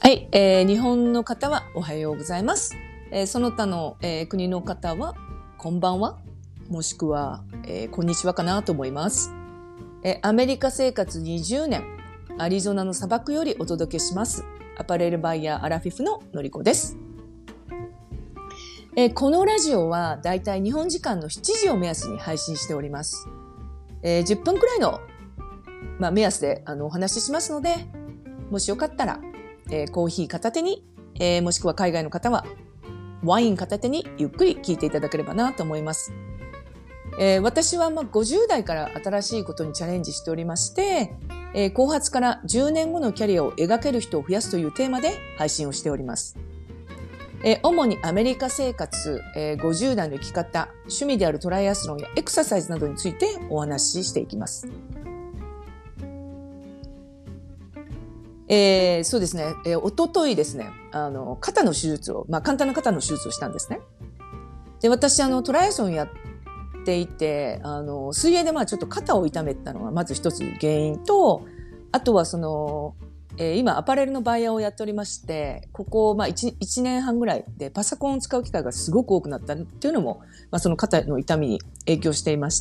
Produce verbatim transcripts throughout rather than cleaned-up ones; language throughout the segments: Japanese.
はい、えー、日本の方はおはようございます。えー、その他の、えー、国の方はこんばんは、もしくは、えー、こんにちはかなと思います。えー、アメリカ生活にじゅうねん、アリゾナの砂漠よりお届けします。アパレルバイヤーアラフィフののりこです。えー、このラジオはだいたい日本時間のしちじを目安に配信しております。えー、じゅっぷんくらいの、まあ、目安であのお話ししますので、もしよかったらえー、コーヒー片手に、えー、もしくは海外の方はワイン片手にゆっくり聞いていただければなと思います。えー、私はまあごじゅう代から新しいことにチャレンジしておりまして、えー、後発からじゅうねんごのキャリアを描ける人を増やすというテーマで配信をしております。えー、主にアメリカ生活、えー、ごじゅう代の生き方、趣味であるトライアスロンやエクササイズなどについてお話ししていきます。えー、そうですね、えー、おとといですね、あの、肩の手術を、まあ、簡単な肩の手術をしたんですね。で、私、あの、トライアスロンやっていて、あの、水泳でまあちょっと肩を痛めたのがまず一つ原因と、あとはその、えー、今アパレルのバイヤーをやっておりまして、ここ、まあ一、一年半ぐらいでパソコンを使う機会がすごく多くなったっていうのも、まあその肩の痛みに影響していまして、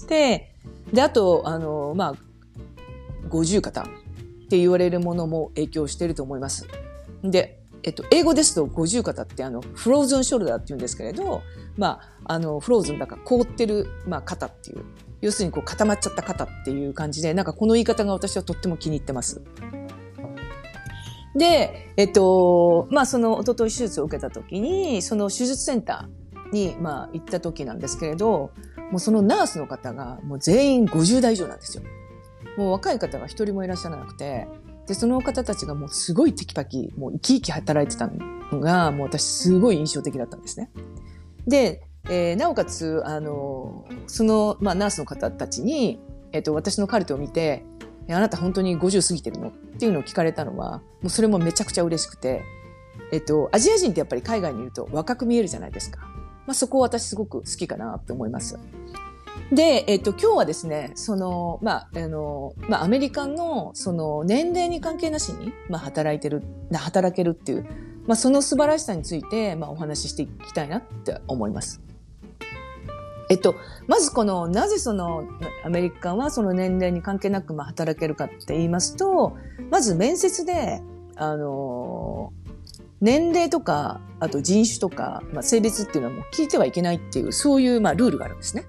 で、あと、あの、まあ、五十肩。って言われるものも影響していると思います。で、えっと、英語ですと五十肩ってあの、フローズンショルダーって言うんですけれど、まあ、あの、フローズンだから凍ってる、まあ、肩っていう。要するにこう固まっちゃった肩っていう感じで、なんかこの言い方が私はとっても気に入ってます。で、えっと、まあ、その、一昨日手術を受けた時に、その手術センターに、まあ、行った時なんですけれど、もうそのナースの方がもう全員ごじゅう代以上なんですよ。もう若い方が一人もいらっしゃらなくて、で、その方たちがもうすごいテキパキ、もう生き生き働いてたのが、もう私すごい印象的だったんですね。で、えー、なおかつ、あの、その、まあ、ナースの方たちに、えっと、私のカルテを見て、あなた本当にごじゅう過ぎてるのっていうのを聞かれたのは、もうそれもめちゃくちゃ嬉しくて、えっと、アジア人ってやっぱり海外にいると若く見えるじゃないですか。まあ、そこを私すごく好きかなと思います。で、えっと、今日はですね、その、まあ、あの、まあ、アメリカの、その、年齢に関係なしに、まあ、働いてる、働けるっていう、まあ、その素晴らしさについて、まあ、お話ししていきたいなって思います。えっと、まずこの、なぜその、アメリカはその年齢に関係なく、まあ、働けるかって言いますと、まず面接で、あの、年齢とか、あと人種とか、まあ、性別っていうのはもう聞いてはいけないっていう、そういう、まあ、ルールがあるんですね。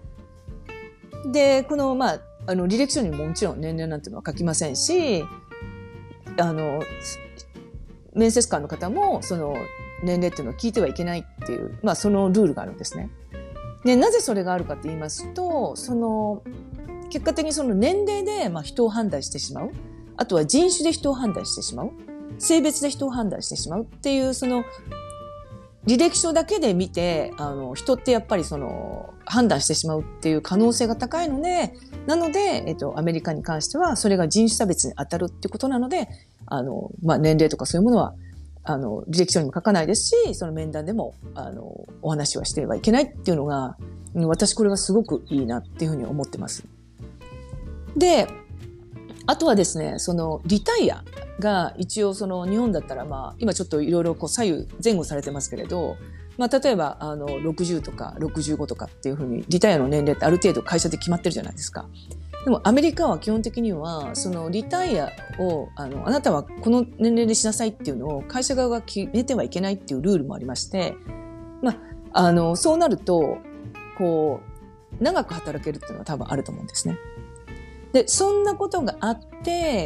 で、この、まあ、あの、履歴書にももちろん年齢なんていうのは書きませんし、あの、面接官の方も、その、年齢っていうのを聞いてはいけないっていう、まあ、そのルールがあるんですね。で、なぜそれがあるかって言いますと、その、結果的にその年齢で、まあ、人を判断してしまう。あとは人種で人を判断してしまう。性別で人を判断してしまうっていう、その、履歴書だけで見て、あの、人ってやっぱりその、判断してしまうっていう可能性が高いので、なので、えっと、アメリカに関しては、それが人種差別に当たるってことなので、あの、まあ、年齢とかそういうものは、あの、履歴書にも書かないですし、その面談でも、あの、お話はしてはいけないっていうのが、私これがすごくいいなっていうふうに思ってます。で、あとはですね、その、リタイアが一応その日本だったらまあ、今ちょっといろいろこう左右前後されてますけれど、まあ例えばあのろくじゅうとかろくじゅうごとかっていうふうにリタイアの年齢ってある程度会社で決まってるじゃないですか。でもアメリカは基本的にはそのリタイアをあのあなたはこの年齢でしなさいっていうのを会社側が決めてはいけないっていうルールもありまして、まああのそうなるとこう長く働けるっていうのは多分あると思うんですね。で、そんなことがあって、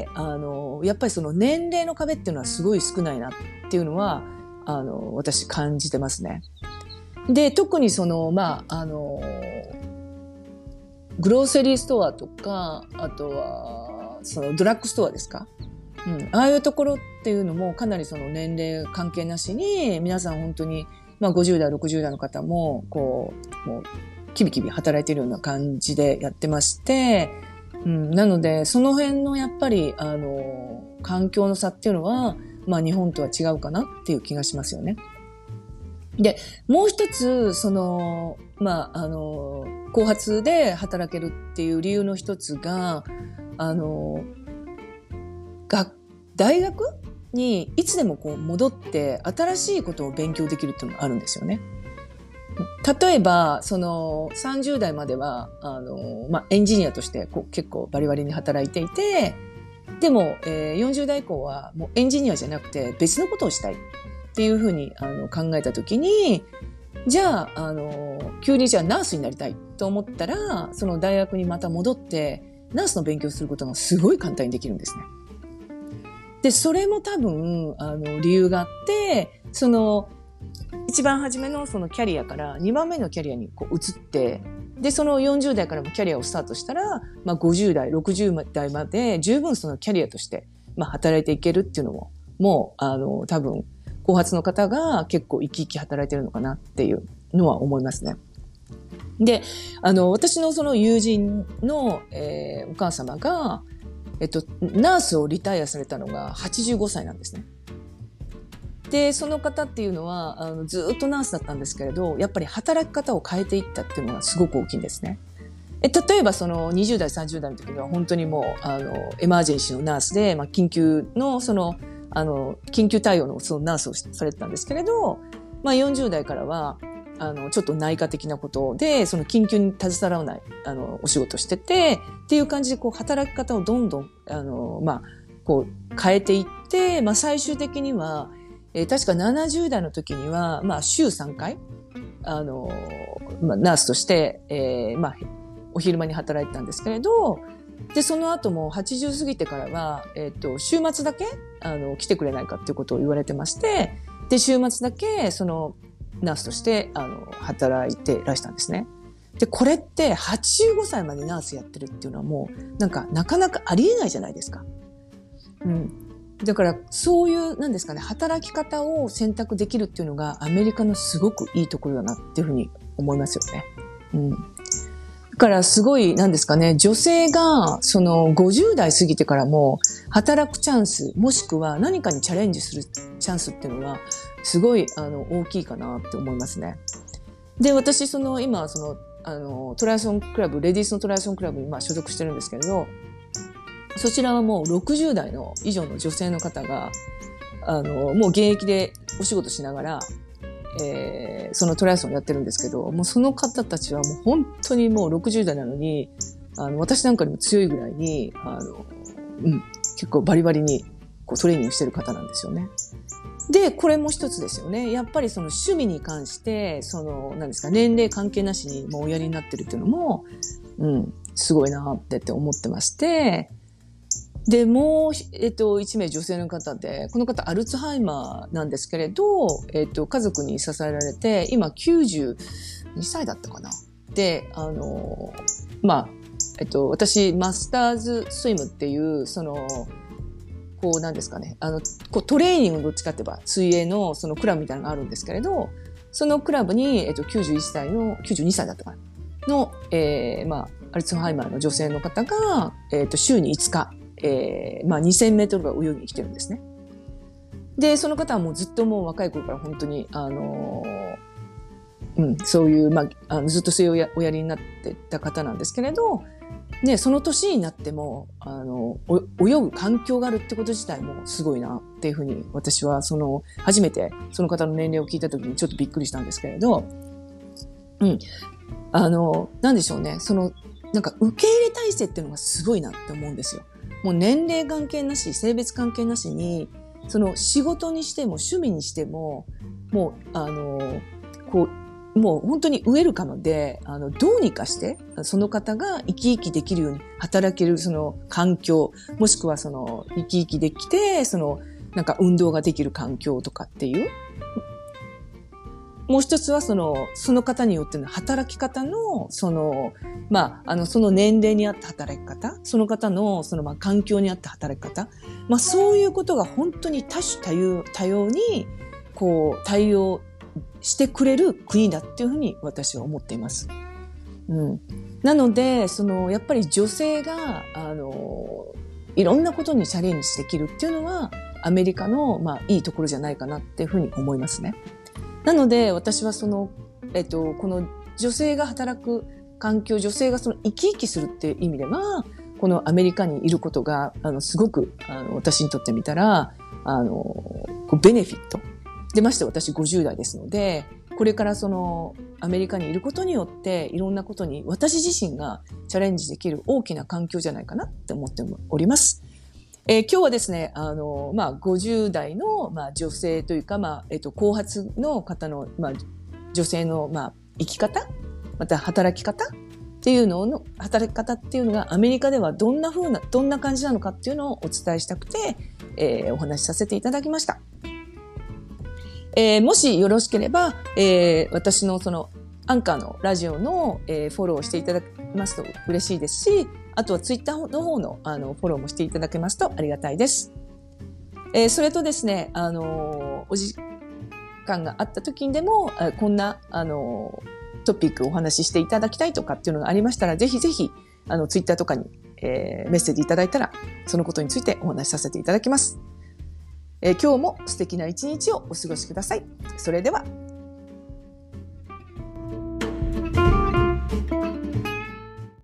あの、やっぱりその年齢の壁っていうのはすごい少ないなっていうのは、あの、私感じてますね。で、特にその、まあ、あの、グローセリーストアとか、あとは、そのドラッグストアですか？うん。ああいうところっていうのもかなりその年齢関係なしに、皆さん本当に、まあごじゅう代、ろくじゅう代の方も、こう、もう、キビキビ働いているような感じでやってまして、うん、なので、その辺のやっぱり、あの、環境の差っていうのは、まあ日本とは違うかなっていう気がしますよね。で、もう一つ、その、まあ、あの、後発で働けるっていう理由の一つが、あの、学、大学にいつでもこう戻って新しいことを勉強できるっていうのがあるんですよね。例えば、そのさんじゅう代までは、あの、まあ、エンジニアとしてこう結構バリバリに働いていて、でも、えー、よんじゅう代以降はもうエンジニアじゃなくて別のことをしたいっていうふうにあの考えたときに、じゃあ、あの、急にじゃあナースになりたいと思ったら、その大学にまた戻って、ナースの勉強することがすごい簡単にできるんですね。で、それも多分、あの、理由があって、その、一番初めのそのキャリアからにばんめのキャリアにこう移って、で、そのよんじゅう代からもキャリアをスタートしたら、まあごじゅう代、ろくじゅう代まで十分そのキャリアとして、まあ働いていけるっていうのも、もう、あの、多分、後発の方が結構生き生き働いてるのかなっていうのは思いますね。で、あの、私のその友人の、えー、お母様が、えっと、ナースをリタイアされたのがはちじゅうごさいなんですね。で、その方っていうのは、あの、ずっとナースだったんですけれど、やっぱり働き方を変えていったっていうのがすごく大きいんですね。え、例えばそのにじゅう代、さんじゅう代の時には本当にもう、あの、エマージェンシーのナースで、まあ、緊急のその、あの、緊急対応のそのナースをされてたんですけれど、まあよんじゅう代からは、あの、ちょっと内科的なことで、その緊急に携わらない、あの、お仕事してて、っていう感じで、こう、働き方をどんどん、あの、まあ、こう、変えていって、まあ最終的には、えー、確かななじゅう代の時には、まあ、週さんかい、あの、まあ、ナースとして、えー、まあ、お昼間に働いてたんですけれど、で、その後もはちじゅう過ぎてからは、えっと、週末だけ、あの、来てくれないかっていうことを言われてまして、で、週末だけ、その、ナースとして、あの、働いてらしたんですね。で、これって、はちじゅうごさいまでナースやってるっていうのはもう、なんか、なかなかありえないじゃないですか。うん。だから、そういう、なんですかね、働き方を選択できるっていうのが、アメリカのすごくいいところだなっていうふうに思いますよね。うん。だからすごい、なんですかね、女性が、そのごじゅう代過ぎてからも、働くチャンス、もしくは何かにチャレンジするチャンスっていうのは、すごい、あの、大きいかなって思いますね。で、私、その、今、その、あの、トライアスロンクラブ、レディースのトライアスロンクラブに、まあ、所属してるんですけれど、そちらはもうろくじゅう代の以上の女性の方が、あの、もう現役でお仕事しながら、えー、そのトライアスロンやってるんですけど、もうその方たちはもう本当にもうろくじゅう代なのに、あの、私なんかにも強いぐらいに、あの、うん、結構バリバリにこうトレーニングしてる方なんですよね。で、これも一つですよね。やっぱりその趣味に関して、その、何ですか、年齢関係なしにもうおやりになってるっていうのも、うん、すごいなってって思ってまして、で、もう、えっと、一名女性の方で、この方アルツハイマーなんですけれど、えっと、家族に支えられて、今きゅうじゅうにさいだったかな。で、あの、まあ、えっと、私、マスターズスイムっていう、その、こう、なんですかね、あの、こうトレーニングどっちかって言えば、水泳のそのクラブみたいなのがあるんですけれど、そのクラブに、えっと、きゅうじゅういっさいの、きゅうじゅうにさいだったかな、の、えー、まあ、アルツハイマーの女性の方が、えっと、週にいつか、えー、まあにせんメートルが泳ぎに来てるんですね。で、その方はもうずっともう若い頃から本当に、あのー、うん、そういう、まあ、あのずっと水泳を や, おやりになってた方なんですけれど、ね、その年になっても、あの、泳ぐ環境があるってこと自体もすごいなっていうふうに、私はその、初めてその方の年齢を聞いた時にちょっとびっくりしたんですけれど、うん、あの、なんでしょうね、その、なんか受け入れ体制っていうのがすごいなって思うんですよ。もう年齢関係なし、性別関係なしに、その仕事にしても趣味にしても、もう、あの、こう、もう本当にウェルカムで、あの、どうにかして、その方が生き生きできるように働けるその環境、もしくはその生き生きできて、その、なんか運動ができる環境とかっていう、もう一つはその、その方によっての働き方の、その、まあ、あの、その年齢に合った働き方、その方の、その、まあ、環境に合った働き方、まあ、そういうことが本当に多種多様、多様に、こう、対応してくれる国だっていうふうに私は思っています。うん。なので、その、やっぱり女性が、あの、いろんなことにチャレンジできるっていうのは、アメリカの、まあ、いいところじゃないかなっていうふうに思いますね。なので、私はその、えっと、この女性が働く環境、女性がその生き生きするっていう意味では、このアメリカにいることが、あの、すごく、あの、私にとってみたら、 あの、こうベネフィット。でまして私ごじゅう代ですので、これからそのアメリカにいることによっていろんなことに私自身がチャレンジできる大きな環境じゃないかなって思っております。えー、今日はですね、あの、まあ、ごじゅう代の、まあ、女性というか、まあ、えっと、後発の方の、まあ、女性の、まあ、生き方、また働き方っていうのの、働き方っていうのがアメリカではどんな風な、どんな感じなのかっていうのをお伝えしたくて、えー、お話しさせていただきました。えー、もしよろしければ、えー、私のそのアンカーのラジオの、えー、フォローをしていただけますと嬉しいですし、あとはツイッターの方のあのフォローもしていただけますとありがたいです。えー、それとですね、あのー、お時間があった時にでも、こんな、あのー、トピックをお話ししていただきたいとかっていうのがありましたら、ぜひぜひ、あの、ツイッターとかに、えー、メッセージいただいたら、そのことについてお話しさせていただきます。えー、今日も素敵な一日をお過ごしください。それでは。